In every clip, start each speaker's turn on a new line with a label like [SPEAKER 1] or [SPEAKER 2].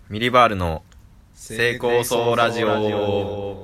[SPEAKER 1] ミリバールの成功そうラジオ。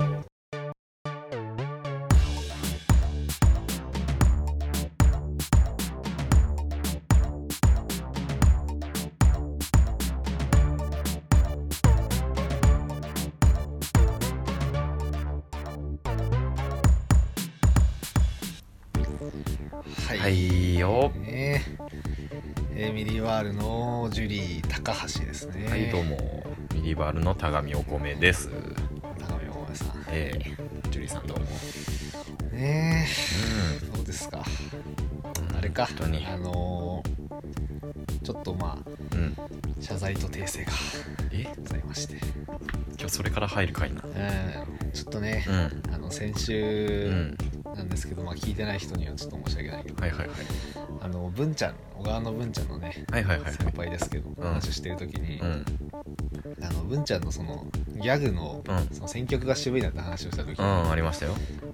[SPEAKER 1] はいよ、
[SPEAKER 2] ミリワールのジュリー高橋ですね。
[SPEAKER 1] はい、どうもミリバールの田上お米です。
[SPEAKER 2] 田上お米さん、
[SPEAKER 1] ジュリーさんどうも
[SPEAKER 2] ねえ、どうですか。あれか、
[SPEAKER 1] 本当に
[SPEAKER 2] ちょっとまあ、謝罪と訂正がございまして、
[SPEAKER 1] 今日それから入るかいな。
[SPEAKER 2] ちょっとね、先週なんですけど、聞いてない人にはちょっと申し訳ないけど、文ちゃん、小川の文ちゃんのね、先輩ですけど、話してる時に、文ちゃんのそのギャグの、その選曲が渋いなって話をした時に、
[SPEAKER 1] ありましたよ。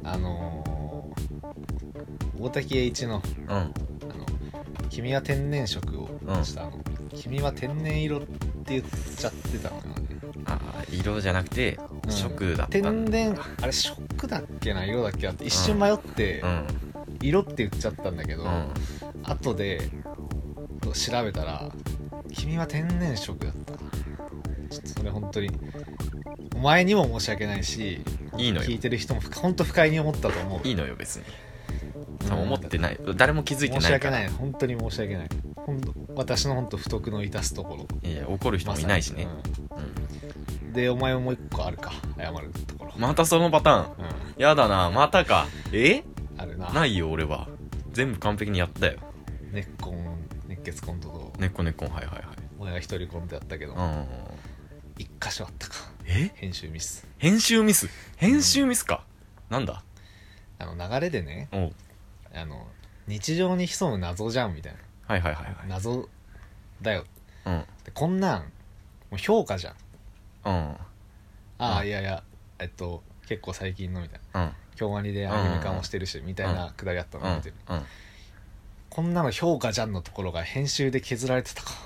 [SPEAKER 2] 大滝栄一の、君は天然色をした君は天然色って言っちゃってたのよね。
[SPEAKER 1] 色じゃなくて色だったんだ。
[SPEAKER 2] 天然、あれ色だっけな色だっけなって一瞬迷って、色って言っちゃったんだけど、後で調べたら君は天然色だった。ちょっとそれ本当にお前にも申し訳ないし、
[SPEAKER 1] いいのよ、
[SPEAKER 2] 聞いてる人も本当不快に思ったと思う。
[SPEAKER 1] いいのよ別に、思ってない、誰も気づいてないから。
[SPEAKER 2] 申し訳ない、本当に申し訳ない。私の本当不徳の致すところ。
[SPEAKER 1] いや怒る人もいないしね、
[SPEAKER 2] でお前もう一個あるか、謝るところ。
[SPEAKER 1] またそのパターン、やだな、またか。
[SPEAKER 2] あるな。
[SPEAKER 1] ないよ俺は、全部完璧にやったよ。
[SPEAKER 2] 熱血コントと
[SPEAKER 1] 根っこはい
[SPEAKER 2] 俺が一人コントやったけど、一箇所あったか。編集ミスか。なんだ流れでね、日常に潜む謎じゃんみたいな。謎だよ、でこんなんもう評価じゃん。いや結構最近のみたいな、京アニでアニメ化もしてるしみたいなくだりあったの見てる、こんなの評価じゃんのところが編集で削られてたか。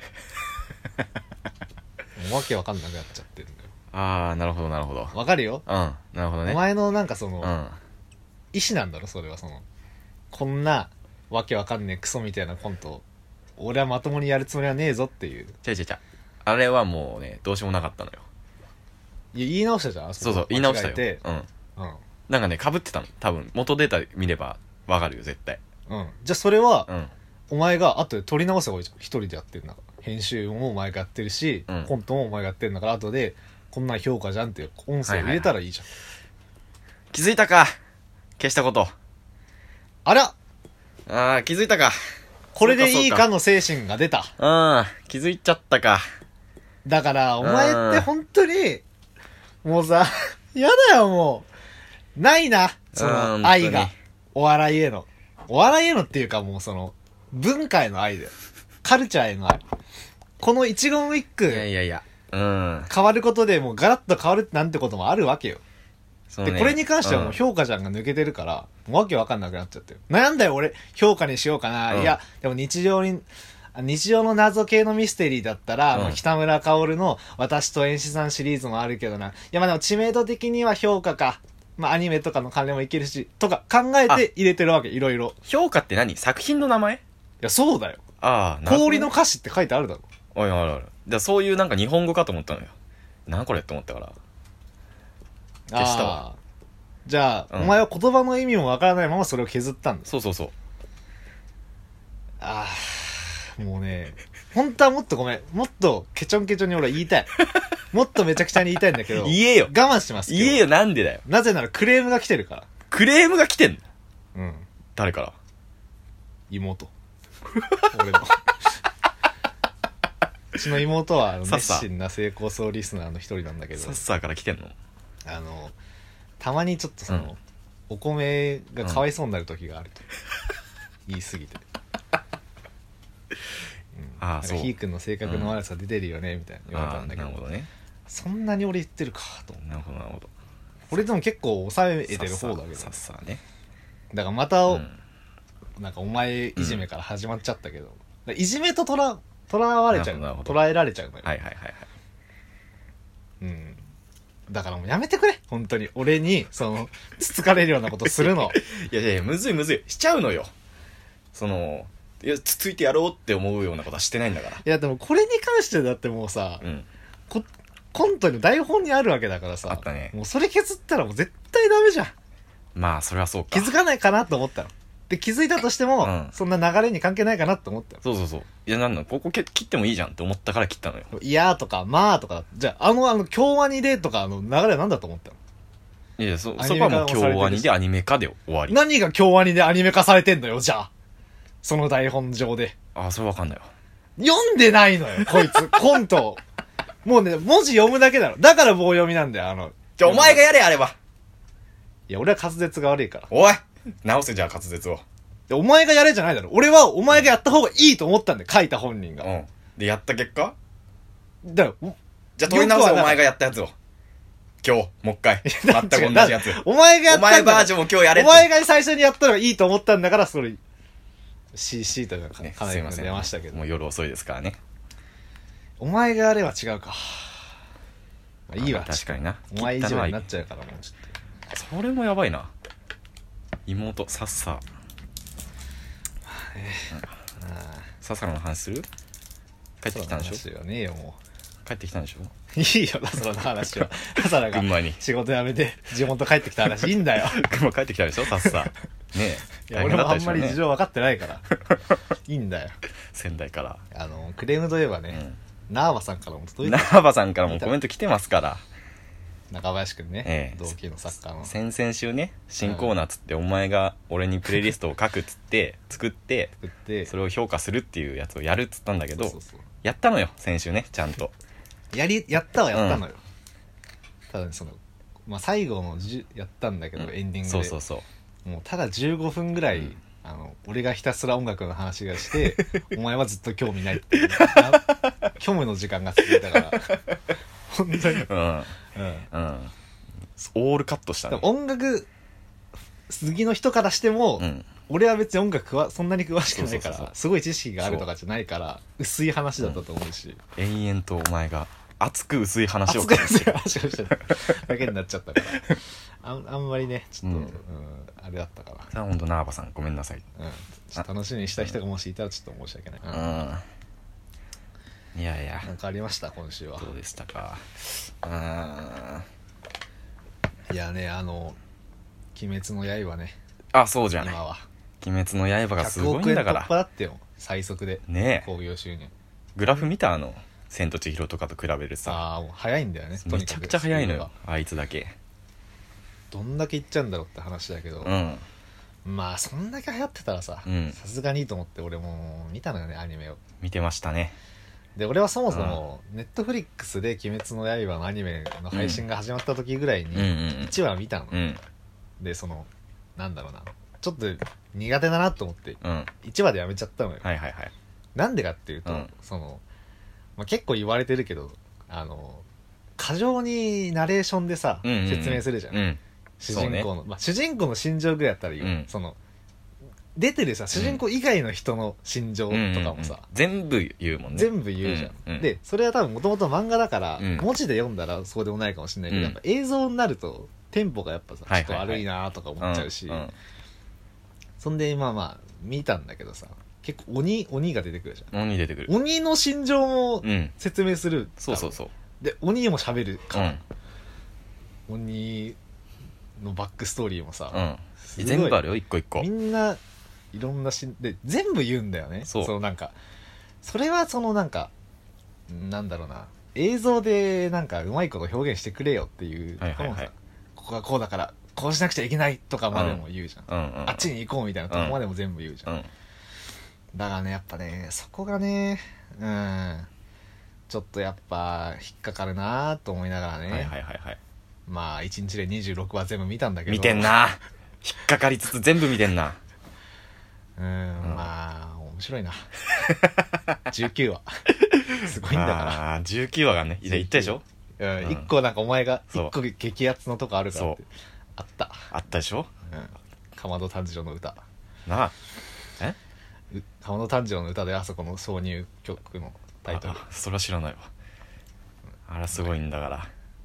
[SPEAKER 2] もうわけわかんなくなっちゃってるんだよ。
[SPEAKER 1] なるほど
[SPEAKER 2] わかるよ。
[SPEAKER 1] なるほどね。
[SPEAKER 2] お前のなんかその、意思なんだろそれは。そのこんなわけわかんねえクソみたいなコント俺はまともにやるつもりはねえぞっていう。
[SPEAKER 1] あれはもうね、どうしようもなかったのよ。
[SPEAKER 2] いや言い直したじゃん。
[SPEAKER 1] そう言い直したよ。なんかね、被ってたの。多分元データ見ればわかるよ絶対。
[SPEAKER 2] じゃあそれは、お前が後で撮り直せばいいじゃん。一人でやってるんだから。編集もお前がやってるし、コントもお前がやってるんだから、後でこんなん評価じゃんっていう音声を入れたらいいじゃん。
[SPEAKER 1] 気づいたか、消したこと。
[SPEAKER 2] あら、
[SPEAKER 1] 気づいたか。
[SPEAKER 2] これでいいかの精神が出た。
[SPEAKER 1] 気づいちゃったか。
[SPEAKER 2] だからお前って本当にもうさやだよ、もうないな、その愛が。お笑いへのっていうか、もうその文化への愛だよ。カルチャーへの愛。この一言一句変わることでもうガラッと変わるなんてこともあるわけよ。でこれに関してはもう評価じゃんが抜けてるから、もうわけわかんなくなっちゃってる。なんだよ俺評価にしようかな、いやでも日常の謎系のミステリーだったら、北村薫の私と演師さんシリーズもあるけどな、いやでも知名度的には評価か、アニメとかの関連もいけるしとか考えて入れてるわけ。いろいろ。
[SPEAKER 1] 評価って何？作品の名前？い
[SPEAKER 2] やそうだよ。氷の歌詞って書いてあるだろ。
[SPEAKER 1] ある。じゃあそういうなんか日本語かと思ったのよ。なんこれって思ったから消したわ。
[SPEAKER 2] じゃあ、お前は言葉の意味もわからないままそれを削ったんだ。
[SPEAKER 1] そう
[SPEAKER 2] もうね、本当はもっとごめん、もっとケチョンケチョンに俺は言いたい。もっとめちゃくちゃに言いたいんだけど
[SPEAKER 1] 言えよ。
[SPEAKER 2] 我慢します。
[SPEAKER 1] 言えよ。なんでだよ。
[SPEAKER 2] なぜならクレームが来てるから。
[SPEAKER 1] クレームが来てんの？誰から？
[SPEAKER 2] 妹。俺のうちの妹は熱心な成功層リスナーの一人なんだけど、
[SPEAKER 1] サッサーから来てんの？
[SPEAKER 2] たまにちょっとその、お米がかわいそうになる時があると、言い過ぎてそう。ひーくんの性格の悪さ出てるよねみたいな言われたんだけど、そんなに俺言ってるかと。
[SPEAKER 1] なるほど。
[SPEAKER 2] 俺でも結構抑えてる方だけど。
[SPEAKER 1] サッサーね。
[SPEAKER 2] だからまた、なんかお前いじめから始まっちゃったけど、いじめと捉えられちゃうのよ。 うんだからもうやめてくれ本当に俺につつかれるようなことするの
[SPEAKER 1] いやいやむずいしちゃうのよ。いやつついてやろうって思うようなことはしてないんだから。
[SPEAKER 2] いやでもこれに関してだってもうさ、
[SPEAKER 1] うん。
[SPEAKER 2] コントに台本にあるわけだからさ
[SPEAKER 1] あったね。
[SPEAKER 2] もうそれ削ったらもう絶対ダメじゃん。
[SPEAKER 1] まあそれはそうか。
[SPEAKER 2] 気づかないかなと思ったの。で気づいたとしても、
[SPEAKER 1] うん、
[SPEAKER 2] そんな流れに関係ないかなと思ったの。
[SPEAKER 1] そういやなんだここ切ってもいいじゃんって思ったから切ったのよ。
[SPEAKER 2] いやーとかまあとかじゃあ京アニでとか流れは何だと思ったの。
[SPEAKER 1] いやそこはもう京アニでアニメ化で終わり。
[SPEAKER 2] 何が京アニでアニメ化されてんのよじゃあその台本上で。
[SPEAKER 1] あそれわかんないわ。
[SPEAKER 2] 読んでないのよこいつコントもうね文字読むだけだろ。だから棒読みなんだよ。
[SPEAKER 1] じゃあお前がやれあれば。
[SPEAKER 2] いや俺は滑舌が悪いから。
[SPEAKER 1] おい直せじゃあ滑舌を。
[SPEAKER 2] お前がやれじゃないだろ。俺はお前がやった方がいいと思ったんだよ書いた本人が。
[SPEAKER 1] うんでやった結果
[SPEAKER 2] だよ。
[SPEAKER 1] じゃあ取り直せお前がやったやつを今日もう一回全く同じやつ
[SPEAKER 2] お前がやったんだ。
[SPEAKER 1] お前バージョンを今日やれって。
[SPEAKER 2] お前が最初にやったのがいいと思ったんだからそれ CC とか
[SPEAKER 1] ね
[SPEAKER 2] かなり出ましたけど、
[SPEAKER 1] もう夜遅いですからね。
[SPEAKER 2] お前がやれば違うか。いいわ
[SPEAKER 1] 確かにな。
[SPEAKER 2] お前以上になっちゃうからもうちょっと
[SPEAKER 1] それもやばいな。妹さっさささらの話する。帰ってきたんでしょ。
[SPEAKER 2] そうねえよも
[SPEAKER 1] 帰ってきたんでしょ。
[SPEAKER 2] ういいよラサラの話は。ラサラが
[SPEAKER 1] 群馬に
[SPEAKER 2] 仕事辞めて地元帰ってきた話いいんだよ。
[SPEAKER 1] 群馬帰ってきたでしょさっさねえ。
[SPEAKER 2] いや俺もあんまり事情分かってないからいいんだよ。
[SPEAKER 1] 仙台から
[SPEAKER 2] クレームといえばね、ナーバさんからも届いた。
[SPEAKER 1] ナーバさんからもコメント来てますから。
[SPEAKER 2] 中林くんね、同期のサッカーの
[SPEAKER 1] 先々週ね新コーナーつってお前が俺にプレイリストを書くっつって作ってそれを評価するっていうやつをやるっつったんだけど、そうやったのよ先週ねちゃんと
[SPEAKER 2] やったはやったのよ、ただねまあ、最後のやったんだけど、エンディングでそうもうただ15分ぐらい、俺がひたすら音楽の話がしてお前はずっと興味ないっていう虚無の時間が続いたから本当に
[SPEAKER 1] オールカットしたね。
[SPEAKER 2] 音楽好きの人からしても、俺は別に音楽そんなに詳しくないからすごい知識があるとかじゃないから薄い話だったと思うし、
[SPEAKER 1] 延々とお前が熱く薄い話を
[SPEAKER 2] してだけになっちゃったからあんまりねちょっと、あれだったから
[SPEAKER 1] さあほんとナーバさんごめんなさい、
[SPEAKER 2] ちょっと楽しみにした人がもしいたらちょっと申し訳ない、
[SPEAKER 1] いやいや
[SPEAKER 2] なんかありました今週は。
[SPEAKER 1] どうでしたか。
[SPEAKER 2] いやね鬼滅の刃ね。
[SPEAKER 1] そうじゃない。今は鬼滅の刃がすごいんだから。
[SPEAKER 2] 100億円突破だってよ最速で
[SPEAKER 1] ね。
[SPEAKER 2] 興行収入
[SPEAKER 1] グラフ見た千と千尋とかと比べるさ。
[SPEAKER 2] もう早いんだよね。
[SPEAKER 1] めちゃくちゃ早いのよあいつだけ。
[SPEAKER 2] どんだけいっちゃうんだろうって話だけど、まあそんだけ流行ってたらささすがにいいと思って俺も見たのよねアニメを。
[SPEAKER 1] 見てましたね。
[SPEAKER 2] で俺はそもそもネットフリックスで「鬼滅の刃」のアニメの配信が始まった時ぐらいに1話見たの、でなんだろうなちょっと苦手だなと思って1話でやめちゃったのよ、なんでかっていうと、まあ、結構言われてるけど過剰にナレーションでさ、説明するじゃん、主人公の、まあ、主人公の心情ぐらいだったらいいよ、出てるさ主人公以外の人の心情とかもさ、
[SPEAKER 1] 全部言うもんね。
[SPEAKER 2] 全部言うじゃん、でそれは多分もともと漫画だから、文字で読んだらそうでもないかもしれないけど、やっぱ映像になるとテンポがやっぱさちょっと悪いなとか思っちゃうし、そんでまあ見たんだけどさ結構鬼が出てくるじゃん。
[SPEAKER 1] 鬼出てくる。
[SPEAKER 2] 鬼の心情も説明する、
[SPEAKER 1] そう
[SPEAKER 2] で鬼も喋るから、鬼のバックストーリーもさ、
[SPEAKER 1] 全部あるよ一個一個。
[SPEAKER 2] みんないろんなで全部言うんだよね。なんかそれはなんかなんだろうな映像でなんかうまいこと表現してくれよっていう、ここがこうだからこうしなくちゃいけないとかまでも言うじゃん、あっちに行こうみたいなとこまでも全部言うじゃん、だからねやっぱねそこがねちょっとやっぱ引っかかるなと思いながらね、まあ1日で26話全部見たんだけど。
[SPEAKER 1] 見てんな。引っかかりつつ全部見てんな。
[SPEAKER 2] まあ面白いな19話すごいんだから
[SPEAKER 1] 19話がね言ったでしょ。
[SPEAKER 2] 1個なんかお前が1個激アツのとこあるからってあった
[SPEAKER 1] でしょ。
[SPEAKER 2] かまど炭治郎の歌
[SPEAKER 1] なあ
[SPEAKER 2] かまど炭治郎の歌であそこの挿入曲のタイトル。
[SPEAKER 1] それは知らないわ。あらすごいんだから。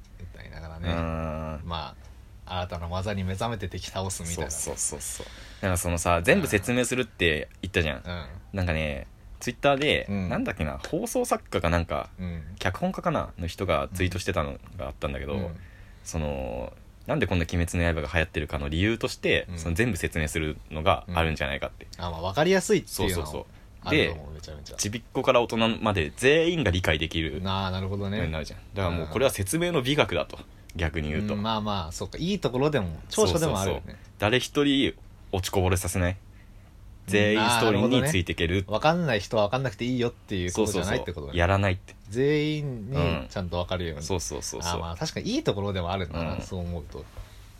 [SPEAKER 2] あね、まあ新たな技に目覚めて敵倒すみたいな。
[SPEAKER 1] そうだからそのさ全部説明するって言ったじゃん、なんかねツイッターで、なんだっけな放送作家かなんか、脚本家かなの人がツイートしてたのがあったんだけど、そのなんでこんな鬼滅の刃が流行ってるかの理由として、その全部説明するのがあるんじゃないかって、
[SPEAKER 2] まあ分かりやすいっていうのは
[SPEAKER 1] そうでちびっ子から大人まで全員が理解できる
[SPEAKER 2] なるほどね
[SPEAKER 1] になるじゃん。だからもうこれは説明の美学だと逆に言うと、
[SPEAKER 2] まあまあそうか、いいところでも長所でもあるよね。
[SPEAKER 1] そう誰一人落ちこぼれさせない、全員ストーリーについていける、
[SPEAKER 2] 分かんない人は分かんなくていいよっていうことじゃないってことね。
[SPEAKER 1] やらないって
[SPEAKER 2] 全員にちゃんと分かるように、
[SPEAKER 1] そう
[SPEAKER 2] まあ確かにいいところでもあるんだな、そう思うと。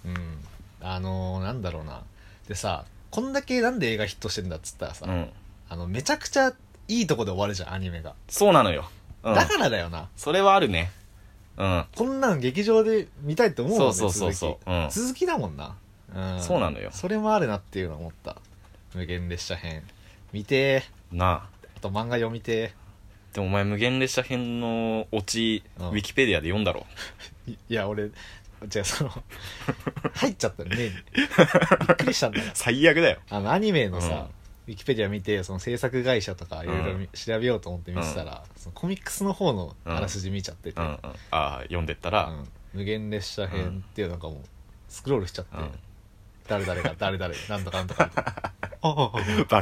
[SPEAKER 2] なんだろうな。でさ、こんだけなんで映画ヒットしてるんだっつったらさ、めちゃくちゃいいとこで終わるじゃん、アニメが。
[SPEAKER 1] そうなのよ、
[SPEAKER 2] だからだよな。
[SPEAKER 1] それはあるね。
[SPEAKER 2] こんなん劇場で見たいって思うもんね。
[SPEAKER 1] そう
[SPEAKER 2] 続きだもんな。
[SPEAKER 1] そうなのよ。
[SPEAKER 2] それもあるなっていうのを思った。無限列車編見て
[SPEAKER 1] あ
[SPEAKER 2] と漫画読みて
[SPEAKER 1] でもお前無限列車編のオチ、ウィキペディアで読んだろ。
[SPEAKER 2] いや俺じゃあ入っちゃったねびっくりしたんだよ。
[SPEAKER 1] 最悪だよ。
[SPEAKER 2] アニメのさ、ウィキペディア見てその制作会社とかいろいろ調べようと思って見てたら、そのコミックスの方のあらすじ見ちゃってて、
[SPEAKER 1] 読んでったら、
[SPEAKER 2] 無限列車編っていうのがもうスクロールしちゃって、誰々が誰々なんとかなんとか
[SPEAKER 1] バ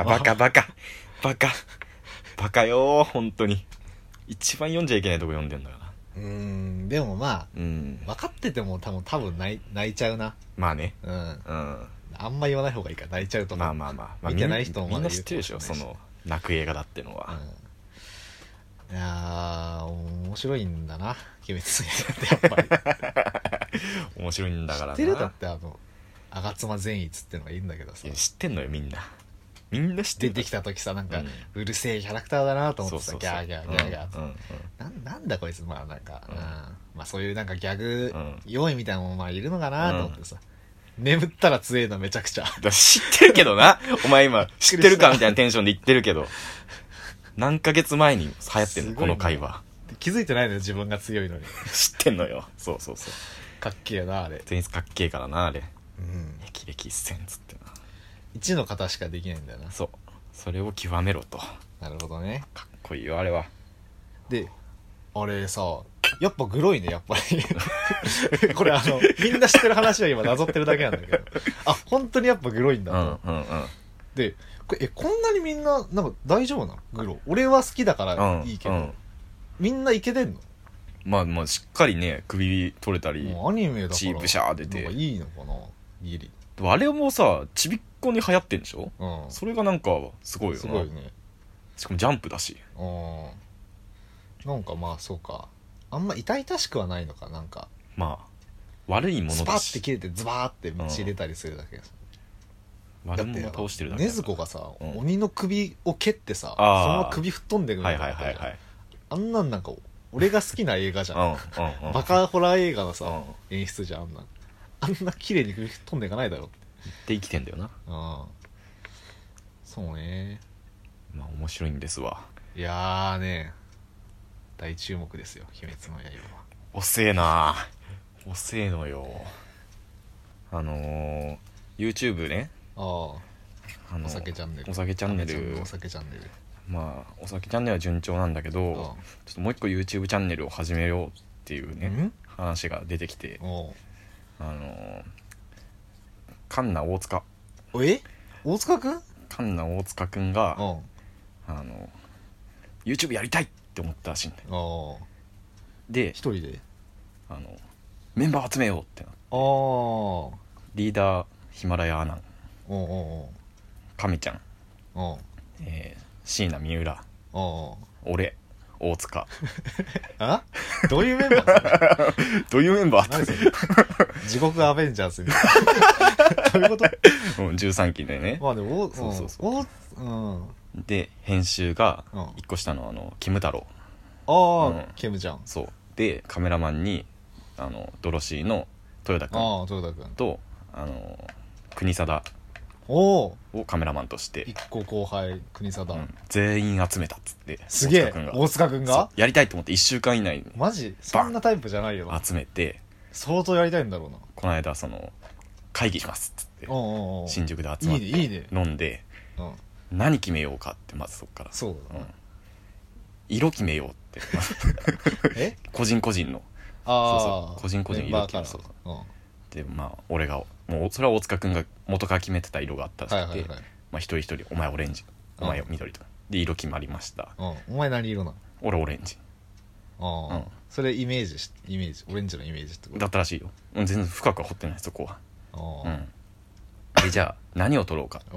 [SPEAKER 1] カよー本当に。一番読んじゃいけないとこ読んでんだから。
[SPEAKER 2] でもまあ、分かってても多分泣いちゃうな。
[SPEAKER 1] まあね。
[SPEAKER 2] あんま言わない方がいいから泣いちゃうと。
[SPEAKER 1] まあ
[SPEAKER 2] 見てない人も
[SPEAKER 1] みんな知ってるでしょ、その泣く映画だってのは。
[SPEAKER 2] いやー面白いんだな鬼滅の刃ってやっぱり
[SPEAKER 1] 面白いんだからな。
[SPEAKER 2] 知ってる？だって吾妻善逸ってのがいいんだけどさ。
[SPEAKER 1] 知ってんのよみんな知ってる。
[SPEAKER 2] 出てきた時さなんか、うるせえキャラクターだなと思ってさ、ギャーギャーってなんだこいつ、まあなんか、まあそういうなんかギャグ要因みたいなのもまあいるのかなと思ってさ、眠ったら強えのめちゃくちゃ
[SPEAKER 1] 知ってるけどなお前今知ってるかみたいなテンションで言ってるけど何ヶ月前に流行ってんのこの会話。
[SPEAKER 2] 気づいてないのよ自分が強いのに
[SPEAKER 1] 知ってんのよ。そう
[SPEAKER 2] かっけえなあれ。
[SPEAKER 1] 全員かっけえからなあれ。霹靂一閃っつってな
[SPEAKER 2] 1の型しかできないんだよな。
[SPEAKER 1] それを極めろと。
[SPEAKER 2] なるほどね。
[SPEAKER 1] かっこいいよあれは。
[SPEAKER 2] であれさやっぱグロいねやっぱりこれみんな知ってる話は今なぞってるだけなんだけど本当にやっぱグロいんだと。でこんなにみんななんか大丈夫なのグロ。俺は好きだからいいけど、みんないけてんの？
[SPEAKER 1] まあしっかりね首取れたり
[SPEAKER 2] アニメだから
[SPEAKER 1] 血ブシャー出て
[SPEAKER 2] なんかいいのかなギリ。
[SPEAKER 1] あれもさちびっこに流行ってんでしょ。それがなんかすごいよな。
[SPEAKER 2] すごいね。
[SPEAKER 1] しかもジャンプだし。
[SPEAKER 2] なんかまあそうか、あんま痛々しくはないのか。なんか
[SPEAKER 1] まあ悪いものだし
[SPEAKER 2] スパッて切れてズバーって血入れたりするだけです。
[SPEAKER 1] 悪者倒してるだけだから。
[SPEAKER 2] 禰豆子がさ、鬼の首を蹴ってさそのまま首吹っ飛んでくるみたいな。あんなんなんか俺が好きな映画じゃん。バカホラー映画のさ演出じゃん。あんな綺麗に首吹っ飛んでいかないだろって
[SPEAKER 1] で生きてんだよな。
[SPEAKER 2] そうね。
[SPEAKER 1] まあ面白いんですわ。
[SPEAKER 2] いやーね大注目ですよ鬼滅の刃は。
[SPEAKER 1] 遅えな遅えのよ。YouTube ね。
[SPEAKER 2] お酒チャンネル。
[SPEAKER 1] お酒チャンネル。まあお酒チャンネルは順調なんだけど、ちょっともう一個 YouTube チャンネルを始めようっていうね話が出てきて、カンナ大塚。
[SPEAKER 2] 大塚くん？
[SPEAKER 1] カンナ大塚くんがYouTube やりたいって思ったらしいんだよ。で
[SPEAKER 2] 一人で
[SPEAKER 1] メンバー集めようってなって、リーダーヒマラヤアナン、カミちゃん、椎名三浦、俺大塚
[SPEAKER 2] どういうメンバー
[SPEAKER 1] どういうメンバー
[SPEAKER 2] 地獄アベンジャーズみたいなどういうこと？
[SPEAKER 1] 13期でね。
[SPEAKER 2] まあでも
[SPEAKER 1] で編集が1個下のキム太郎。
[SPEAKER 2] キムちゃん。
[SPEAKER 1] そうでカメラマンにドロシーの豊田君と国貞をカメラマンとして
[SPEAKER 2] 1個後輩国貞、
[SPEAKER 1] 全員集めたっつって。
[SPEAKER 2] すげえ大塚くんが
[SPEAKER 1] やりたいと思って1週間以内に
[SPEAKER 2] マジそんなタイプじゃないよ
[SPEAKER 1] 集めて
[SPEAKER 2] 相当やりたいんだろうな。
[SPEAKER 1] この間その会議しますっつって
[SPEAKER 2] おう
[SPEAKER 1] 新宿で集まって
[SPEAKER 2] いいねいいね。
[SPEAKER 1] 飲んで、何決めようかってまずそっから
[SPEAKER 2] そうだな、
[SPEAKER 1] 色決めようって個人個人のそう個人個人色決めそうで、まあ俺がもうそれは大塚くんが元から決めてた色があったらしくて、まあ一人一人お前オレンジお前緑とかで色決まりました。
[SPEAKER 2] お前何色なの？
[SPEAKER 1] 俺オレンジ。
[SPEAKER 2] それイメージオレンジのイメージってこと
[SPEAKER 1] だったらしいよ。全然深くは掘ってないそこは。でじゃあ何を取ろうかって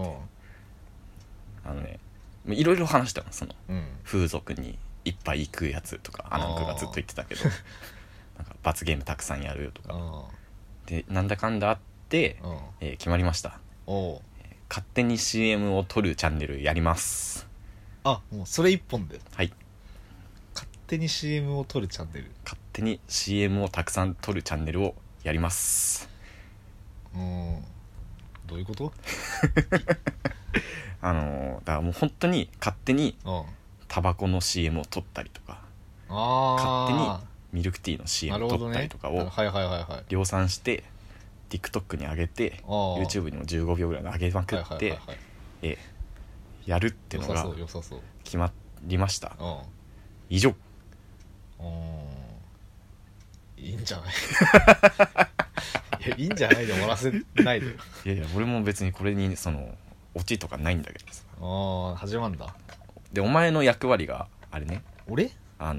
[SPEAKER 1] いろいろ話したのその、風俗にいっぱい行くやつとかアナンクがずっと言ってたけどなんか罰ゲームたくさんやるよとかでなんだかんだあって、決まりました。勝手に CM を撮るチャンネルやります。
[SPEAKER 2] もうそれ一本で。
[SPEAKER 1] はい。
[SPEAKER 2] 勝手に CM を撮るチャンネル。
[SPEAKER 1] 勝手に CM をたくさん撮るチャンネルをやります。
[SPEAKER 2] どういうこと？
[SPEAKER 1] だからもう本当に勝手にタバコの CM を撮ったりとか、勝手にミルクティーの CM を撮ったりとかを量産して TikTok に上げて YouTube にも15秒ぐらいの上げまくってやるっていうのが決まりました。以上。
[SPEAKER 2] いいんじゃない？いやいいんじゃないで終わらせないで。
[SPEAKER 1] いやいや俺も別にこれにそのオチとかないんだけどさ。
[SPEAKER 2] 始まんだ。
[SPEAKER 1] でお前の役割があれね。
[SPEAKER 2] 俺？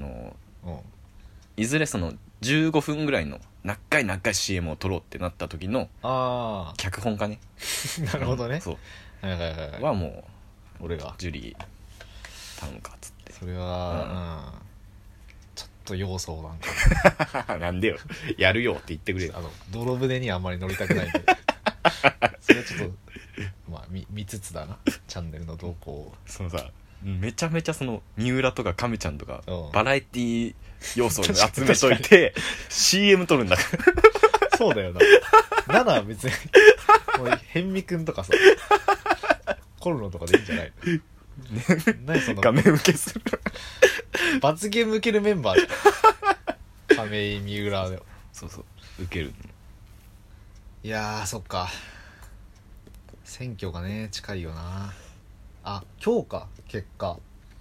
[SPEAKER 1] いずれその15分ぐらいの長い CM を撮ろうってなった時の脚本家ね。
[SPEAKER 2] なるほどね。
[SPEAKER 1] そうはもう俺がジュリー頼むかっつって。
[SPEAKER 2] それはちょっと要素なんか
[SPEAKER 1] なんでよやるよって言ってくれよ。
[SPEAKER 2] 泥船にはあんまり乗りたくないんでそれはちょっとまあ見つつだなチャンネルの動向を。
[SPEAKER 1] そのさめちゃめちゃその三浦とか亀ちゃんとかバラエティ要素を集めといてCM 撮るんだから
[SPEAKER 2] そうだよな。なら別にヘンミくんとかさコルノとかでいいんじゃないの？何その
[SPEAKER 1] 画面受けする
[SPEAKER 2] 罰ゲーム受けるメンバーじゃん。亀井三浦で。
[SPEAKER 1] そう受ける。
[SPEAKER 2] いやそっか選挙がね近いよな。今日か結果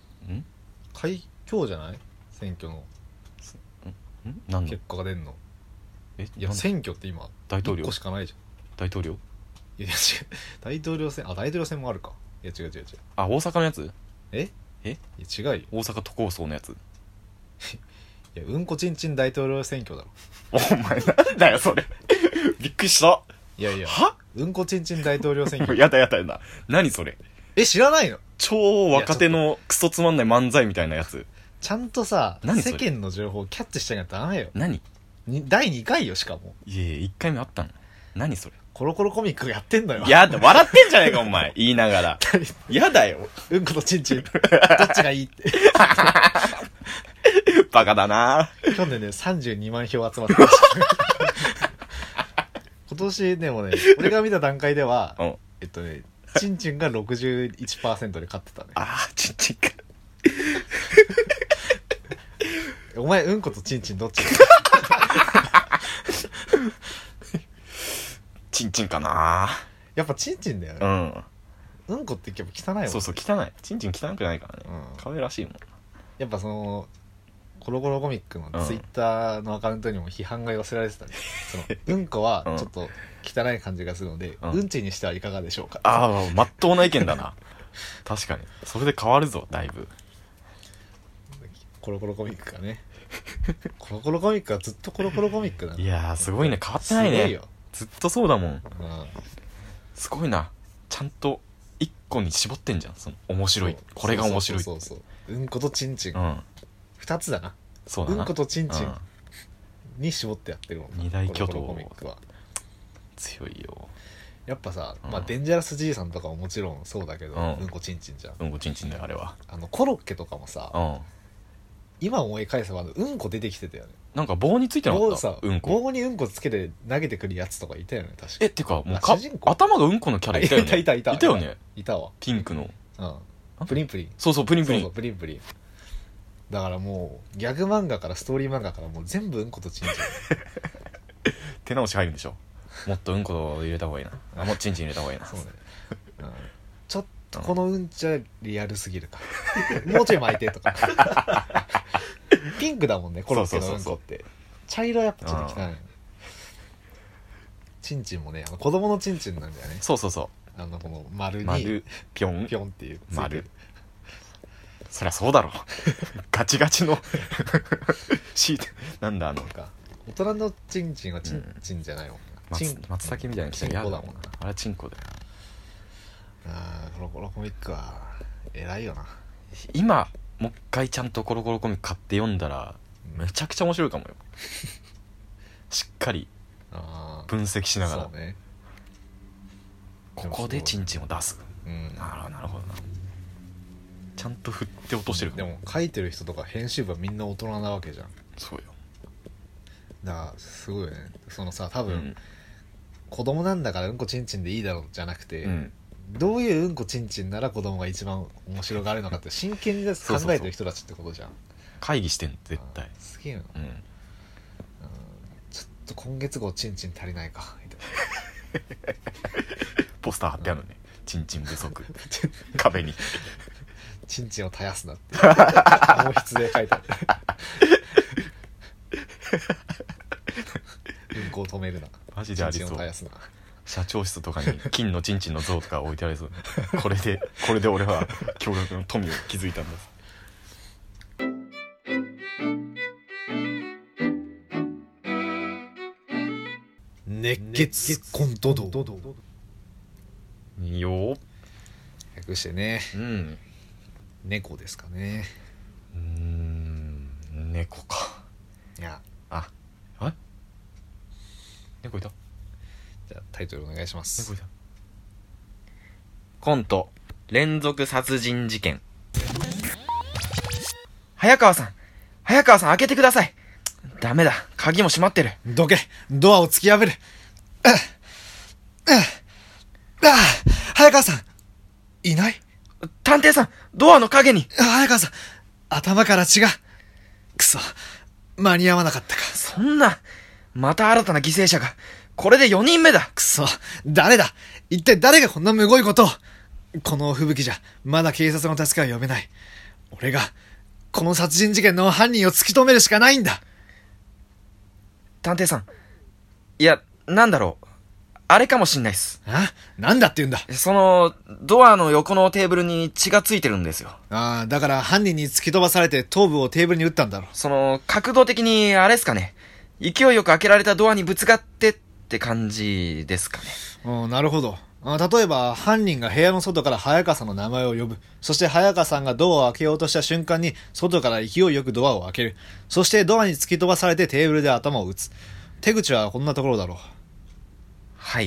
[SPEAKER 2] 今日じゃない？選挙の
[SPEAKER 1] 何の
[SPEAKER 2] 結果が出んの。
[SPEAKER 1] い
[SPEAKER 2] や選挙って今
[SPEAKER 1] 大統領
[SPEAKER 2] 1個しかないじゃん。
[SPEAKER 1] 大統領？
[SPEAKER 2] いや違う大統領選大統領選もあるか。いや違う
[SPEAKER 1] 大阪のやつ？
[SPEAKER 2] いや違うよ。
[SPEAKER 1] 大阪都構想のやつ。
[SPEAKER 2] いやうんこちんちん大統領選挙だろ。
[SPEAKER 1] お前なんだよそれびっくりした。
[SPEAKER 2] いやうんこちんちん大統領選挙
[SPEAKER 1] やだ何それ。
[SPEAKER 2] 知らないの？
[SPEAKER 1] 超若手のクソつまんない漫才みたいなやつ。
[SPEAKER 2] ちゃんとさ世間の情報をキャッチしちゃいとダメよ。
[SPEAKER 1] 何？
[SPEAKER 2] 第2回よしかも。
[SPEAKER 1] いや1回目あったの。何それ。
[SPEAKER 2] コロコロコミックやってんのよ。
[SPEAKER 1] やだ笑ってんじゃねえかお前言いながらやだよ。
[SPEAKER 2] うんことちんちんどっちがいいって
[SPEAKER 1] バカだな。
[SPEAKER 2] 去年ね32万票集まってました今年でもね俺が見た段階ではちんちんが 61% で勝ってたね。
[SPEAKER 1] ちんちんか
[SPEAKER 2] お前うんことちんちんどっち
[SPEAKER 1] ちんちんかな。
[SPEAKER 2] やっぱちんちんだよね。うんこってやっぱ汚いもん。
[SPEAKER 1] そう汚い。ちんちん汚くないからね。可愛らしいもん。
[SPEAKER 2] やっぱそのコロコロコミックのツイッターのアカウントにも批判が寄せられてたね。そのうんこはちょっと汚い感じがするので、うんちにしてはいかがでしょうか。
[SPEAKER 1] まっとうな意見だな確かにそれで変わるぞだいぶ。
[SPEAKER 2] コロコロコミックがねコロコロコミックはずっとコロコロコミックだね。
[SPEAKER 1] いやすごいね。変わってないね。すごいよ。ずっとそうだもん。すごいな。ちゃんと一個に絞ってんじゃん。その面白い。これが面白い。
[SPEAKER 2] そううんことちんちん。2つだな。
[SPEAKER 1] そうだな。
[SPEAKER 2] うんことちんちんに絞ってやってるもん。
[SPEAKER 1] 二大巨頭。
[SPEAKER 2] コロコロコミックは
[SPEAKER 1] 強いよ。
[SPEAKER 2] やっぱさ、デンジャラス爺さんとかももちろんそうだけど、うんこちんちんじゃん。
[SPEAKER 1] うんこちんちんだよあれは。
[SPEAKER 2] コロッケとかもさ、今思い返せばうんこ出てきてたよね。
[SPEAKER 1] なんか棒についてなかった？うんこ。
[SPEAKER 2] 棒にうんこつけて投げてくるやつとかいたよね確か。
[SPEAKER 1] ってかもう頭がうんこのキャラいたよね。
[SPEAKER 2] いた
[SPEAKER 1] よね。
[SPEAKER 2] いたわ。
[SPEAKER 1] ピンクの。
[SPEAKER 2] プリンプリン。
[SPEAKER 1] そうプリンプリン。
[SPEAKER 2] そうプリンプリン。だからもうギャグ漫画からストーリー漫画からもう全部うんことちんちん
[SPEAKER 1] 手直し入るんでしょ。もっとうんこを入れた方がいいな。あ、もっとチンチン入れた方がいいな。
[SPEAKER 2] そうね、うん、ちょっとこのうんちはリアルすぎるかもうちょい巻いてとかピンクだもんねコロッケのうんこって茶色やっぱちょっと汚い。チンチンもね子供のチンチンなんだよね。
[SPEAKER 1] そうそうそう、
[SPEAKER 2] この丸に
[SPEAKER 1] 丸ピョン
[SPEAKER 2] ピョンっていう
[SPEAKER 1] 丸。そりゃそうだろガチガチのシートなんだ
[SPEAKER 2] か大人のチンチンはチンチンじゃないもんな、
[SPEAKER 1] 松茸みたいな
[SPEAKER 2] チンコだもんな。
[SPEAKER 1] あれはチンコだよ。
[SPEAKER 2] コロコロコミックは偉いよな。
[SPEAKER 1] 今もう一回ちゃんとコロコロコミック買って読んだらめちゃくちゃ面白いかもよしっかり分析しながら、
[SPEAKER 2] そうね、
[SPEAKER 1] ここでチンチンを出す、
[SPEAKER 2] うん、
[SPEAKER 1] なるほどな。ちゃんと振って落としてる。
[SPEAKER 2] でも書いてる人とか編集部はみんな大人なわけじゃん。
[SPEAKER 1] そうよ。
[SPEAKER 2] だからすごいよね。そのさ多分、子供なんだからうんこちんちんでいいだろうじゃなくて、どういううんこちんちんなら子供が一番面白がるのかって真剣に考えてる人たちってことじゃん。
[SPEAKER 1] 会議してん絶対。
[SPEAKER 2] すげえな、ちょっと今月号ちんちん足りないかみたいな
[SPEAKER 1] ポスター貼ってあるのね、ちんちん不足壁に
[SPEAKER 2] ちんちんを絶やすなって毛筆で書いてあるうんこを止めるな、
[SPEAKER 1] マジでありそう。
[SPEAKER 2] ちんちんを絶やすな。
[SPEAKER 1] 社長室とかに金のちんちんの像とか置いてありそうこれで俺は驚愕の富を築いたんです。
[SPEAKER 2] 熱血コント道
[SPEAKER 1] いいよ。
[SPEAKER 2] 略してね、
[SPEAKER 1] うん
[SPEAKER 2] 猫ですかね。
[SPEAKER 1] 猫か。
[SPEAKER 2] いや
[SPEAKER 1] 猫いた。
[SPEAKER 2] じゃあタイトルお願いします。
[SPEAKER 1] 猫いた。コント連続殺人事件。早川さん開けてください。ダメだ、鍵も閉まってる。
[SPEAKER 2] どけ、ドアを突き破る。早川さんいない。
[SPEAKER 1] 探偵さん、ドアの影に。
[SPEAKER 2] 早川さん頭から血が。くそ、間に合わなかったか。
[SPEAKER 1] そんな、また新たな犠牲者が。これで4人目だ。
[SPEAKER 2] くそ、誰だ。一体誰がこんなむごいことを。この吹雪じゃまだ警察の助けは呼べない。俺がこの殺人事件の犯人を突き止めるしかないんだ。
[SPEAKER 1] 探偵さん、いや、なんだろう、あれかもしんないっす。
[SPEAKER 2] なんだって言うんだ。
[SPEAKER 1] そのドアの横のテーブルに血がついてるんですよ。
[SPEAKER 2] だから犯人に突き飛ばされて頭部をテーブルに打ったんだろう。
[SPEAKER 1] その角度的にあれっすかね、勢いよく開けられたドアにぶつかってって感じですかね。
[SPEAKER 2] なるほど。例えば犯人が部屋の外から早川さんの名前を呼ぶ。そして早川さんがドアを開けようとした瞬間に外から勢いよくドアを開ける。そしてドアに突き飛ばされてテーブルで頭を打つ。手口はこんなところだろう。
[SPEAKER 1] はい。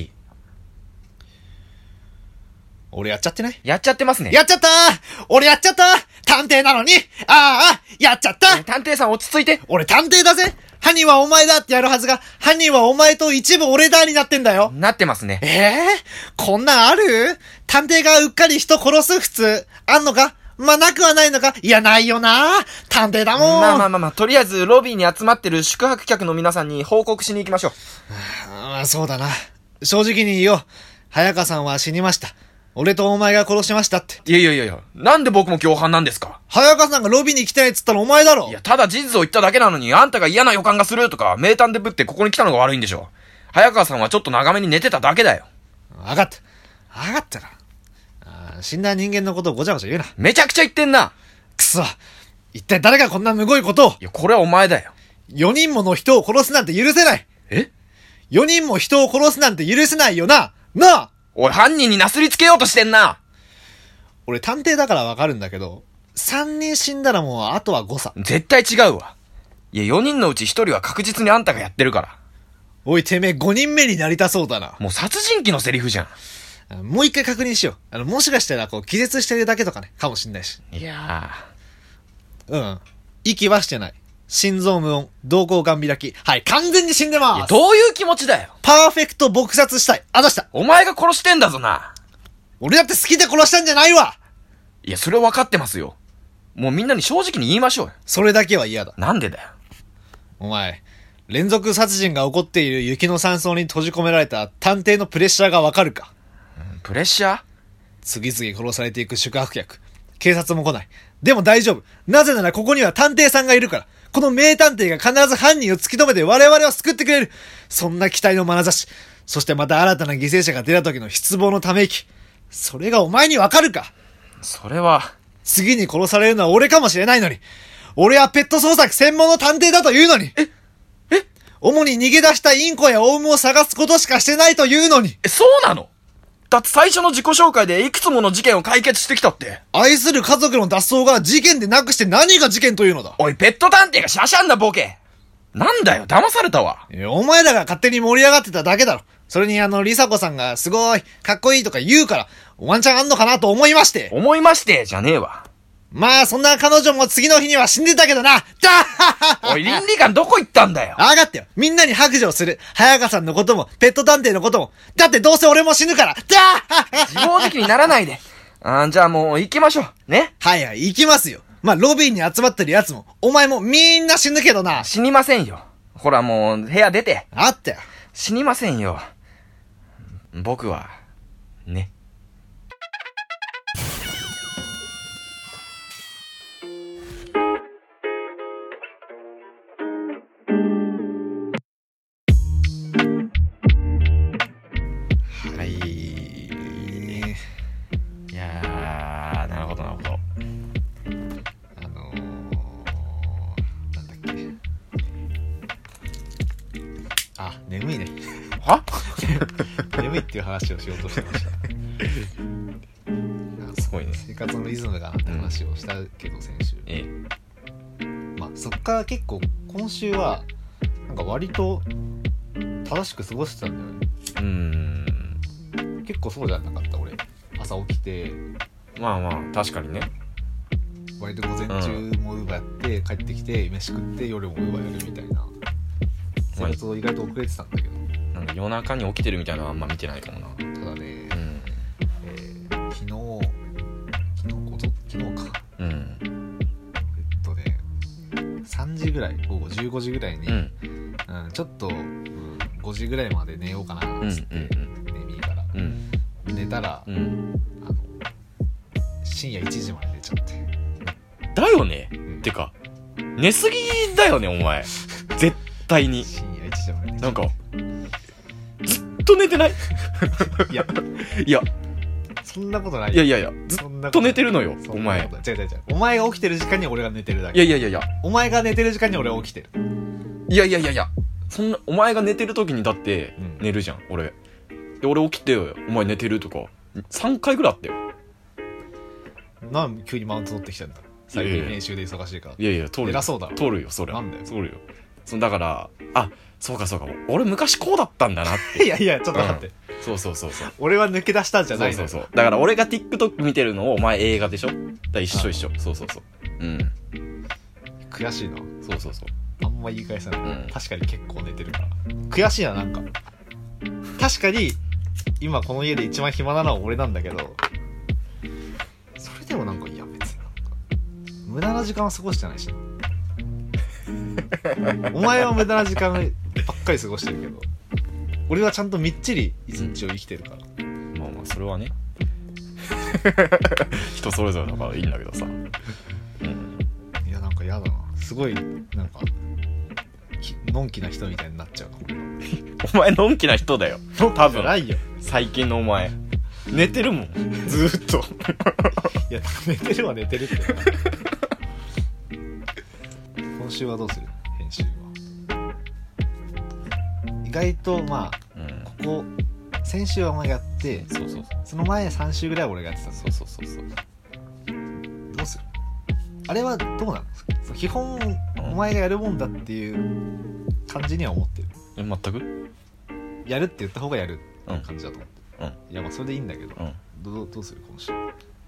[SPEAKER 2] 俺やっちゃってない？
[SPEAKER 1] やっちゃってますね。
[SPEAKER 2] やっちゃったー。俺やっちゃったー。探偵なのに。やっちゃった。
[SPEAKER 1] 探偵さん落ち着いて。
[SPEAKER 2] 俺探偵だぜ。犯人はお前だってやるはずが、犯人はお前と一部俺だになってんだよ。
[SPEAKER 1] なってますね。
[SPEAKER 2] こんなんある？探偵がうっかり人殺す普通、あんのか？なくはないのか？いや、ないよな。探偵だもん。
[SPEAKER 1] まあ、とりあえずロビーに集まってる宿泊客の皆さんに報告しに行きましょ
[SPEAKER 2] う。そうだな。正直に言おう。早川さんは死にました。俺とお前が殺しましたって。
[SPEAKER 1] いや、なんで僕も共犯なんですか？
[SPEAKER 2] 早川さんがロビーに来てないっつったらお前だろ。
[SPEAKER 1] いや、ただ事実を言っただけなのに、あんたが嫌な予感がするとか、名探偵ぶってここに来たのが悪いんでしょ。早川さんはちょっと長めに寝てただけだよ。
[SPEAKER 2] わかったな。死んだ人間のことをごちゃごちゃ言うな。
[SPEAKER 1] めちゃくちゃ言ってんな。
[SPEAKER 2] くそ。一体誰がこんなむごいことを。
[SPEAKER 1] いや、これはお前だよ。
[SPEAKER 2] 4人もの人を殺すなんて許せない。4人も人を殺すなんて許せないよな。
[SPEAKER 1] おい、犯人になすりつけようとしてんな。
[SPEAKER 2] 俺探偵だからわかるんだけど、3人死んだらもうあとは誤差。
[SPEAKER 1] 絶対違うわ。いや、4人のうち1人は確実にあんたがやってるから。
[SPEAKER 2] おい、てめえ5人目になりたそうだな。
[SPEAKER 1] もう殺人鬼のセリフじゃん。
[SPEAKER 2] もう一回確認しよう。もしかしたら気絶してるだけとかね、かもしんないし。
[SPEAKER 1] いや
[SPEAKER 2] 息はしてない。心臓無音、瞳孔ガン開き。はい、完全に死んでます。
[SPEAKER 1] いや、どういう気持ちだよ。
[SPEAKER 2] パーフェクト撲殺したい。出した。
[SPEAKER 1] お前が殺してんだぞな。
[SPEAKER 2] 俺だって好きで殺したんじゃないわ。
[SPEAKER 1] いや、それは分かってますよ。もうみんなに正直に言いましょうよ。
[SPEAKER 2] それだけは嫌だ。
[SPEAKER 1] なんでだよ。
[SPEAKER 2] お前、 連続殺人が起こっている雪の山荘に閉じ込められた探偵のプレッシャーがわかるか？
[SPEAKER 1] プレッシャー？
[SPEAKER 2] 次々殺されていく宿泊客。警察も来ない。でも大丈夫。なぜならここには探偵さんがいるから。この名探偵が必ず犯人を突き止めて我々を救ってくれる。そんな期待の眼差し。そしてまた新たな犠牲者が出た時の失望のため息。それがお前にわかるか？
[SPEAKER 1] それは。
[SPEAKER 2] 次に殺されるのは俺かもしれないのに。俺はペット捜索専門の探偵だというのに。主に逃げ出したインコやオウムを探すことしかしてないというのに。
[SPEAKER 1] そうなの？だって最初の自己紹介でいくつもの事件を解決してきたって。
[SPEAKER 2] 愛する家族の脱走が事件でなくして何が事件というのだ。
[SPEAKER 1] おい、ペット探偵がシャシャンなボケ。なんだよ、騙されたわ。
[SPEAKER 2] お前らが勝手に盛り上がってただけだろ。それにリサ子さんがすごい、かっこいいとか言うから、ワンチャンあんのかなと思いまして。
[SPEAKER 1] 思いましてじゃねえわ。
[SPEAKER 2] まあ、そんな彼女も次の日には死んでたけどな。
[SPEAKER 1] おい、倫理観どこ行ったんだよ。
[SPEAKER 2] わかったよ。みんなに白状する。早川さんのことも、ペット探偵のことも。だってどうせ俺も死ぬから。
[SPEAKER 1] 自暴自棄にならないで。じゃあもう行きましょう。ね。
[SPEAKER 2] はいはい、行きますよ。まあ、ロビーに集まってる奴も、お前もみんな死ぬけどな。
[SPEAKER 1] 死にませんよ。ほらもう、部屋出て。
[SPEAKER 2] あったよ。
[SPEAKER 1] 死にませんよ。僕は、ね。
[SPEAKER 2] 眠いね。
[SPEAKER 1] は
[SPEAKER 2] 眠いっていう話をしようとしてました。
[SPEAKER 1] すごいね。
[SPEAKER 2] 生活のリズムがなって話をしたけど、先週。まあ、そっから結構、今週は、なんか割と、正しく過ごしてたんだよね。結構そうじゃなかった、俺。朝起きて。
[SPEAKER 1] まあまあ、確かにね。
[SPEAKER 2] 割と午前中もウーバーやって、帰ってきて、飯食って、夜もウーバーやるみたいな。生活を意外と遅れてたんだけど、
[SPEAKER 1] なんか夜中に起きてるみたいなのはあんま見てないかもな。
[SPEAKER 2] ただね、昨日か、3時ぐらい、午後15時ぐらいに、ちょっと、5時ぐらいまで寝ようかなっつって、眠いから、寝たら、深夜1時まで寝ちゃって。
[SPEAKER 1] だよね、てか寝すぎだよねお前。絶対に
[SPEAKER 2] 深夜1時まで
[SPEAKER 1] なんかずっと寝てない？
[SPEAKER 2] いやそんなことない。
[SPEAKER 1] いやずっと寝てるのよお前。
[SPEAKER 2] 違うお前が起きてる時間に俺が寝てるだけ。
[SPEAKER 1] いや
[SPEAKER 2] お前が寝てる時間に俺は起きてる。
[SPEAKER 1] いやそんなお前が寝てる時にだって寝るじゃん、俺起きてよお前寝てるとか3回ぐらいあったよ。
[SPEAKER 2] なん急にマウント取ってきたんだ。最近編集で忙しいから。
[SPEAKER 1] いや通るよ。
[SPEAKER 2] 偉そうだろ。
[SPEAKER 1] 通るよそれ。
[SPEAKER 2] なんだよ。
[SPEAKER 1] 通るよ。だからそうか俺昔こうだったんだなって。
[SPEAKER 2] いやちょっと待って、
[SPEAKER 1] そう
[SPEAKER 2] 俺は抜け出したんじゃないのよ。
[SPEAKER 1] そうだから俺が TikTok 見てるのをお前映画でしょ。だから一緒そう
[SPEAKER 2] 悔しいな。
[SPEAKER 1] そう
[SPEAKER 2] あんま言い返さない、確かに結構寝てるから悔しいな。なんか確かに今この家で一番暇なのは俺なんだけど、それでもなんか、いや別になんか無駄な時間は過ごしてないしな。お前は無駄な時間ばっかり過ごしてるけど、俺はちゃんとみっちり一日を生きてるから、
[SPEAKER 1] まあそれはね人それぞれだからいいんだけどさ、
[SPEAKER 2] いやなんかやだな。すごいなんかのんきな人みたいになっちゃうの。
[SPEAKER 1] お前のんきな人だよ多分。
[SPEAKER 2] ないよ
[SPEAKER 1] 最近のお前寝てるもんずーっと。
[SPEAKER 2] いや寝てるは寝てるって今週はどうする？編集は意外とまあ、ここ先週はお前がやって、その前3週ぐらいは俺がやってたんだ。どうする？あれはどうなの？基本お前がやるもんだっていう感じには思ってる。
[SPEAKER 1] 全く
[SPEAKER 2] やるって言った方がやるって感じだと思って、いやまあそれでいいんだけど、どうする今週？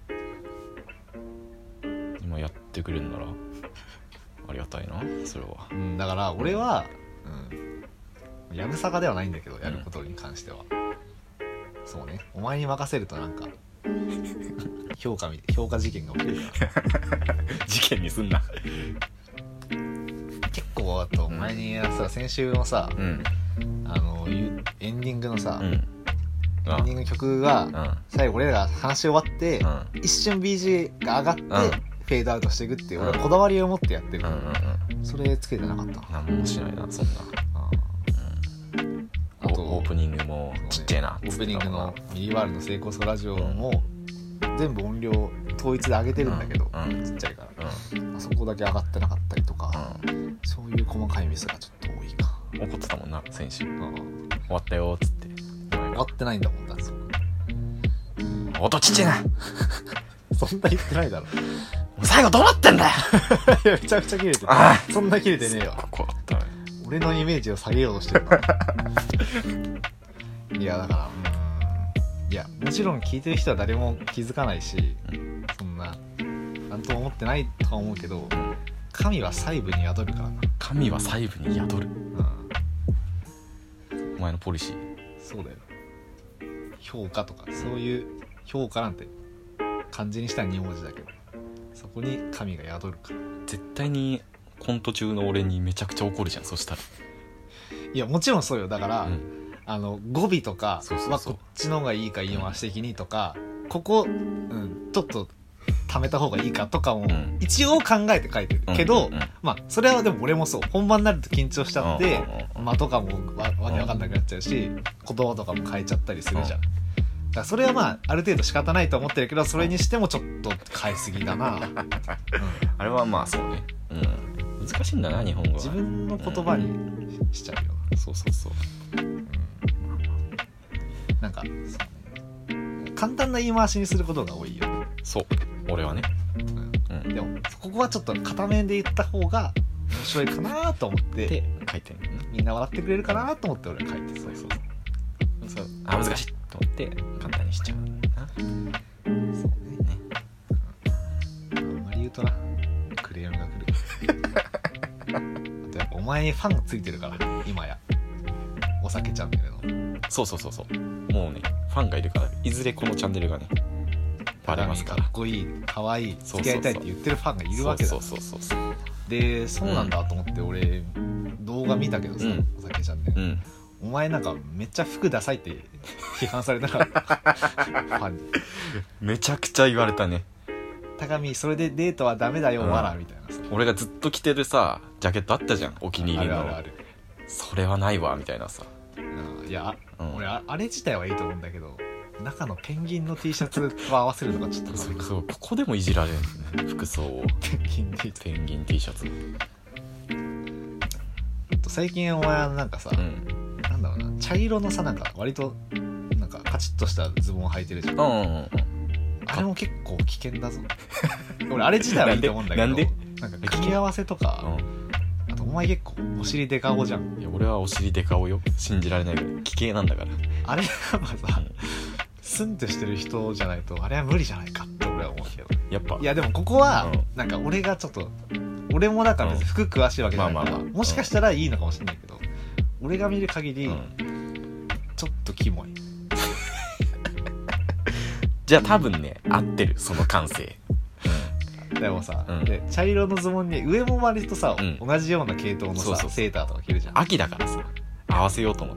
[SPEAKER 1] 今やってくれるならありがたいなそれは。
[SPEAKER 2] だから俺は、やぶさかではないんだけど、やることに関しては、そうね、お前に任せるとなんか評価事件が起きるから
[SPEAKER 1] 事件にすんな。
[SPEAKER 2] 結構個あと前にさ先週のさ、
[SPEAKER 1] うん、
[SPEAKER 2] エンディングのさ、
[SPEAKER 1] うん、
[SPEAKER 2] エンディング曲が最後俺らが話し終わって、うん、一瞬 BG が上がって、うん、フェードアウトしていくっていう、俺はこだわりを持ってやってる、それつけてなかった。
[SPEAKER 1] 何もしないなそんな。あとオープニングもちっちゃいな。
[SPEAKER 2] オープニングのミリワールの成功するラジオも全部音量統一で上げてるんだけど、ちっちゃいから、あそこだけ上がってなかったりとか、そういう細かいミスがちょっと多いか。
[SPEAKER 1] 怒ってたもんな先週、終わったよっつって。
[SPEAKER 2] 終わってないんだもんだって。
[SPEAKER 1] 音ちっちゃいな
[SPEAKER 2] そんな言ってないだろ。
[SPEAKER 1] 最後どうなってんだよ
[SPEAKER 2] いやめちゃくちゃ切れてる。そんな切れてねえよ。俺のイメージを下げようとしてるいやだからいやもちろん聞いてる人は誰も気づかないし、そんななんとも思ってないとは思うけど、神は細部に宿るからな。
[SPEAKER 1] 神は細部に宿る、お前のポリシー。
[SPEAKER 2] そうだよ。評価とかそういう評価なんて漢字にしたら2文字だけど、そこに神が宿るから。
[SPEAKER 1] 絶対にコント中の俺にめちゃくちゃ怒るじゃん。そしたら
[SPEAKER 2] いやもちろんそうよ。だから、語尾とかはこっちの方がいいか言い回し的にとか、ここ、ちょっと貯めた方がいいかとかも一応考えて書いてるけど、まあそれはでも俺もそう、本番になると緊張しちゃって間とかもわけわかんなくなっちゃうし、言葉とかも変えちゃったりするじゃん。だからそれはまあある程度仕方ないと思ってるけど、それにしてもちょっと変えすぎだな
[SPEAKER 1] あれはまあそうね、難しいんだな日本語は。
[SPEAKER 2] 自分の言葉にしちゃうよ。
[SPEAKER 1] そうそうそう、
[SPEAKER 2] なんか簡単な言い回しにすることが多いよ。
[SPEAKER 1] そう俺はね、
[SPEAKER 2] でもここはちょっと片面で言った方が面白いかなと思って
[SPEAKER 1] 書いてる、
[SPEAKER 2] みんな笑ってくれるかなと思って俺は書いてる。そう
[SPEAKER 1] 難しいと思って簡単にしちゃうな。そうね、
[SPEAKER 2] あんまり言うとなクレームが来るあとやっぱお前にファンがついてるから今やお酒チャンネルの。
[SPEAKER 1] そうもうねファンがいるから、いずれこのチャンネルがねバレますから。
[SPEAKER 2] かっこいい可愛い付き合いたいって言ってるファンがいるわけだ。
[SPEAKER 1] そう
[SPEAKER 2] でそうなんだと思って俺動画見たけどさ、お酒チャンネル、お前なんかめっちゃ服ダサいって批判されたからファンに
[SPEAKER 1] めちゃくちゃ言われたね。
[SPEAKER 2] 高見それでデートはダメだよ、わらみたいなさ。
[SPEAKER 1] 俺がずっと着てるさジャケットあったじゃん、お気に入りの。あるそれはないわみたいなさ。
[SPEAKER 2] いや、俺あれ自体はいいと思うんだけど、中のペンギンの T シャツと合わせるのがちょっと
[SPEAKER 1] そうここでもいじられるんですね、服装を。ペンギン T シャツ。
[SPEAKER 2] 最近お前なんかさ、なんだろうな、茶色のさなんか割となんかカチッとしたズボン履いてるじゃん。あれも結構危険だぞ俺あれ自体はいいと思うんだけど、なんか組み合わせとか、あとお前結構お尻デカオじゃん。
[SPEAKER 1] いや俺はお尻デカオよ、信じられないぐらい奇形なんだから。
[SPEAKER 2] あれやっぱさ、スンとしてる人じゃないとあれは無理じゃないかって俺は思うけど。
[SPEAKER 1] やっぱ
[SPEAKER 2] いやでもここはなんか俺がちょっと、俺もだから別に服詳しいわけじゃないから、もしかしたらいいのかもしれないけど、俺が見る限りちょっとキモい
[SPEAKER 1] じゃあ多分ね合ってるその感性。
[SPEAKER 2] でもさ、で茶色のズボンに上も割とさ、同じような系統のさセーターとか着るじゃん。
[SPEAKER 1] 秋だからさ合わせようと思って。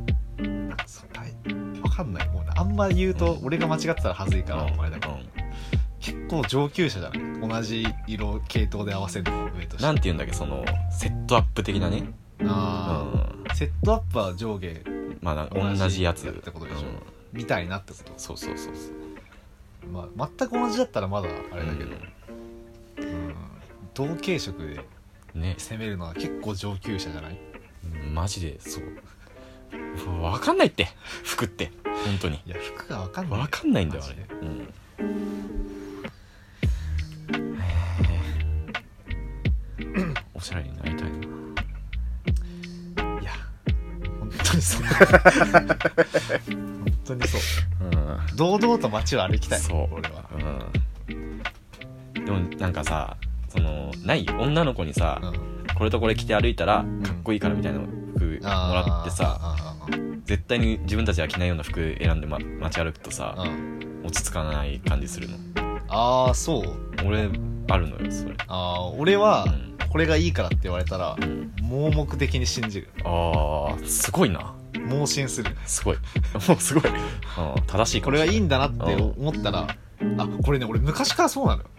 [SPEAKER 2] 分かんない、もうね、あんま言うと俺が間違ってたらはずいからあれだけど、結構上級者じゃない、同じ色系統で合わせるの上として。
[SPEAKER 1] なんて言うんだっけ、そのセットアップ的なね。
[SPEAKER 2] セットアップは上下
[SPEAKER 1] まあ同じやつ
[SPEAKER 2] ってことでしょ、みたいなってこと。
[SPEAKER 1] そう
[SPEAKER 2] まあ全く同じだったらまだあれだけど、同系色で攻めるのは結構上級者じゃない？
[SPEAKER 1] マジでそう分かんないって服って本当に。
[SPEAKER 2] いや服が分かんない、
[SPEAKER 1] 分かんないんだよあれ。おしゃれになりたいな。
[SPEAKER 2] いや本当にそう本当にそう、堂々と街を歩きたい。
[SPEAKER 1] そう俺は、でもなんかさ、そのない女の子にさ、これとこれ着て歩いたらかっこいいからみたいな服もらってさ、絶対に自分たちが着ないような服選んで、街歩くとさ、落ち着かない感じするの。
[SPEAKER 2] ああそう。
[SPEAKER 1] 俺あるのよそれ。
[SPEAKER 2] 俺は、 これがいいからって言われたら、盲目的に信じる。
[SPEAKER 1] ああ、すごいな。
[SPEAKER 2] 盲信する。
[SPEAKER 1] すごい。もうすごい。正しいか
[SPEAKER 2] これがいいんだなって思ったら、あ、これね、俺昔からそうなのよ。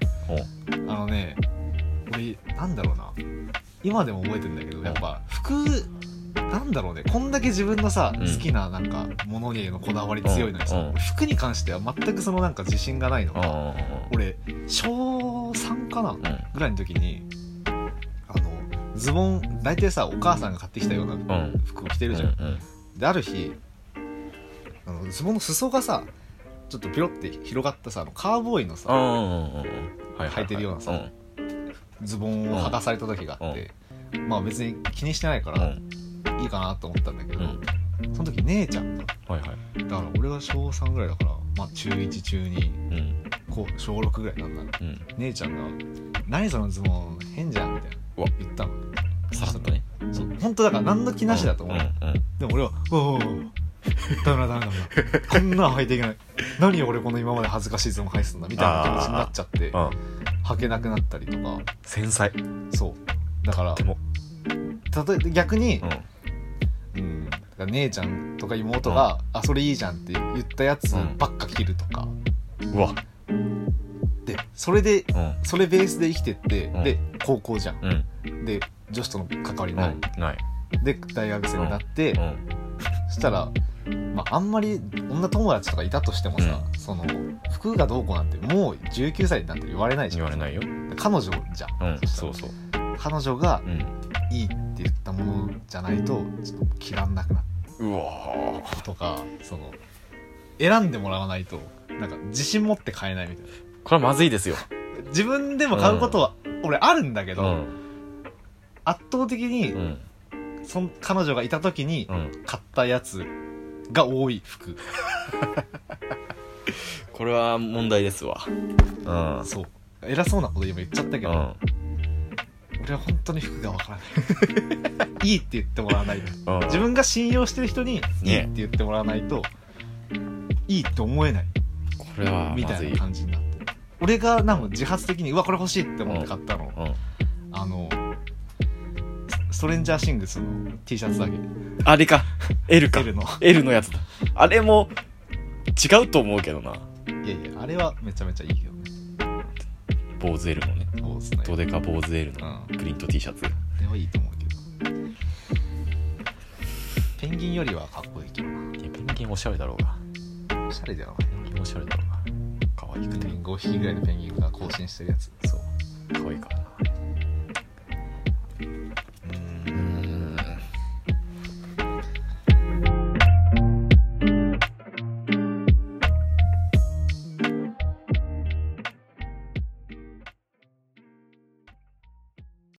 [SPEAKER 2] 俺、なんだろうな。今でも覚えてるんだけど、やっぱ服、なんだろうね、こんだけ自分のさ、好きななんか物にのこだわり強いのにさ、服に関しては全くそのなんか自信がないのが、俺小3かな、ぐらいの時にズボン大体さ、お母さんが買ってきたような服を着てるじゃん。である日ズボンの裾がさ、ちょっとピロって広がったさ、カーボーイのさ、履いてるようなさ、ズボンを履かされた時があって、まあ別に気にしてないからいいかなと思ったんだけど、その時姉ちゃんが、だから俺が小3ぐらいだから、まあ中1中2、小6ぐらいなんだ、姉ちゃんが何そのズボン変じゃんみたいな言ったの。
[SPEAKER 1] さらっとね。
[SPEAKER 2] そう、本当だから何の気なしだと思う。でも俺はダメだこんなの履いていけない、何俺この今まで恥ずかしいズボン履いてたんだみたいな気持ちになっちゃって、履けなくなったりとか。
[SPEAKER 1] 繊細。
[SPEAKER 2] そうだから例えば逆に、姉ちゃんとか妹が、あ、それいいじゃんって言ったやつばっか着るとか、
[SPEAKER 1] うわ
[SPEAKER 2] でそれで、それベースで生きてって、で高校じゃん、で女子との関わりない、で大学生になって、そしたら、まあ、あんまり女友達とかいたとしてもさ、その服がどうこうなんてもう19歳なんて言われないじゃん。
[SPEAKER 1] 言われないよ。
[SPEAKER 2] 彼女じゃん、
[SPEAKER 1] そうそう。
[SPEAKER 2] 彼女がいいって言ったものじゃないとちょっと着らんなくなる。
[SPEAKER 1] うわ
[SPEAKER 2] とか、その選んでもらわないとなんか自信持って買えないみたいな。
[SPEAKER 1] これはまずいですよ。
[SPEAKER 2] 自分でも買うことは俺あるんだけど、圧倒的に、彼女がいた時に買ったやつが多い服。
[SPEAKER 1] これは問題ですわ。
[SPEAKER 2] そう、偉そうなこと今言っちゃったけど、俺は本当に服がわからないいいって言ってもらわないと、自分が信用してる人にいいって言ってもらわないと、いいって思えない。
[SPEAKER 1] これは
[SPEAKER 2] みたいな感じになって、俺がなんか自発的にうわこれ欲しいって思って買ったの、ストレンジャーシングスの T シャツだけ。
[SPEAKER 1] あれか L か
[SPEAKER 2] L
[SPEAKER 1] のやつだ。あれも違うと思うけどな。
[SPEAKER 2] いやいや、あれはめちゃめちゃいいけどね。
[SPEAKER 1] 坊主 L のね、どでか坊主 L のプリント T シャツ、あ
[SPEAKER 2] れはいいと思うけど、ペンギンよりはかっこいいけどな。
[SPEAKER 1] いや、ペンギンおしゃれだろうが。
[SPEAKER 2] おしゃれだよな。
[SPEAKER 1] ペンギンおしゃれだろうが。可愛くて
[SPEAKER 2] 5匹ぐらいのペンギンが更新してるやつ。
[SPEAKER 1] そう、可愛いか。